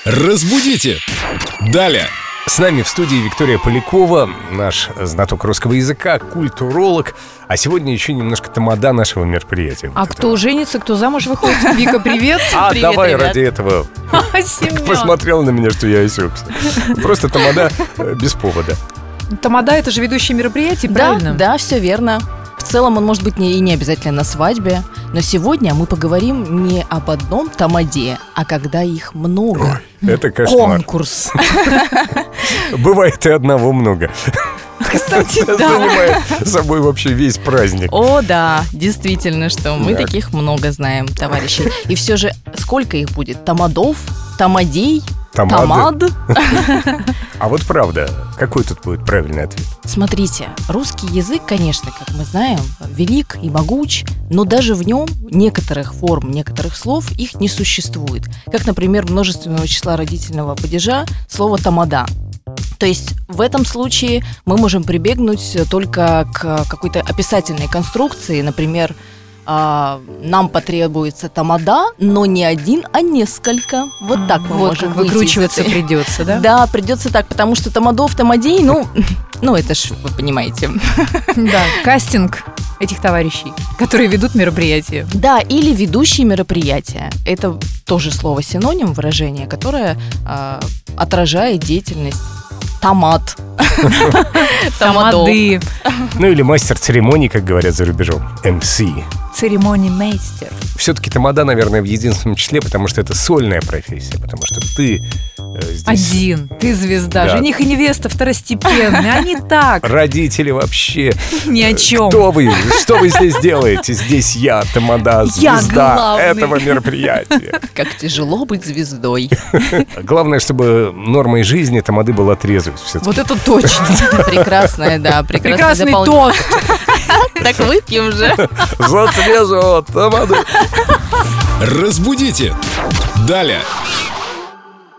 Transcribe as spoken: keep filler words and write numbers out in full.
Разбудите! Далее! С нами в студии Виктория Полякова, наш знаток русского языка, культуролог. А сегодня еще немножко тамада нашего мероприятия. А вот кто этого. женится, кто замуж выходит? Вика, привет. А Привет, давай ребят. ради этого. Семён. Посмотрел на меня, что я осекся. Просто тамада э, без повода. Тамада — это же ведущее мероприятие, Да, правильно? да, все верно. В целом он может быть не, и не обязательно на свадьбе. Но сегодня мы поговорим не об одном тамаде, а когда их много. Ой, это кошмар. Конкурс. Бывает и одного много. Кстати, да. Занимает собой вообще весь праздник. О, да, действительно, что мы Так. таких много знаем, товарищи. И все же, сколько их будет? Тамадов? Тамадей? Тамады. Тамад? А вот правда, какой тут будет правильный ответ? Смотрите, русский язык, конечно, как мы знаем, велик и могуч, но даже в нем некоторых форм, некоторых слов их не существует. Как, например, множественного числа родительного падежа слово «тамада». То есть в этом случае мы можем прибегнуть только к какой-то описательной конструкции, например, а, нам потребуется тамада, но не один, а несколько. Вот так мы Вот можем как выйти из выкручиваться этой- придется, да? Да, придется так, потому что тамадов, тамадей, ну, ну это ж вы понимаете. Да. Кастинг этих товарищей, которые ведут мероприятие. Да, или ведущие мероприятия. Это тоже слово-синоним, выражение, которое а, отражает деятельность тамад. Тамадов. Тамады. Ну или мастер церемоний, как говорят за рубежом. эм си. Церемонимейстер. Все-таки тамада, наверное, в единственном числе, потому что это сольная профессия, потому что ты э, здесь... Один. Ты звезда. Да. Жених и невеста второстепенные. Они так. Родители вообще... Ни о э, чем. Кто вы? Что вы здесь делаете? Здесь я, тамада, Я звезда главный. этого мероприятия. Как тяжело быть звездой. Главное, чтобы нормой жизни тамады была трезвость. Все-таки. Вот это точно. Прекрасное, да, прекрасное Прекрасный дополнение. тост. Так выпьем же. За трезвого тамады. Разбудите! Далее!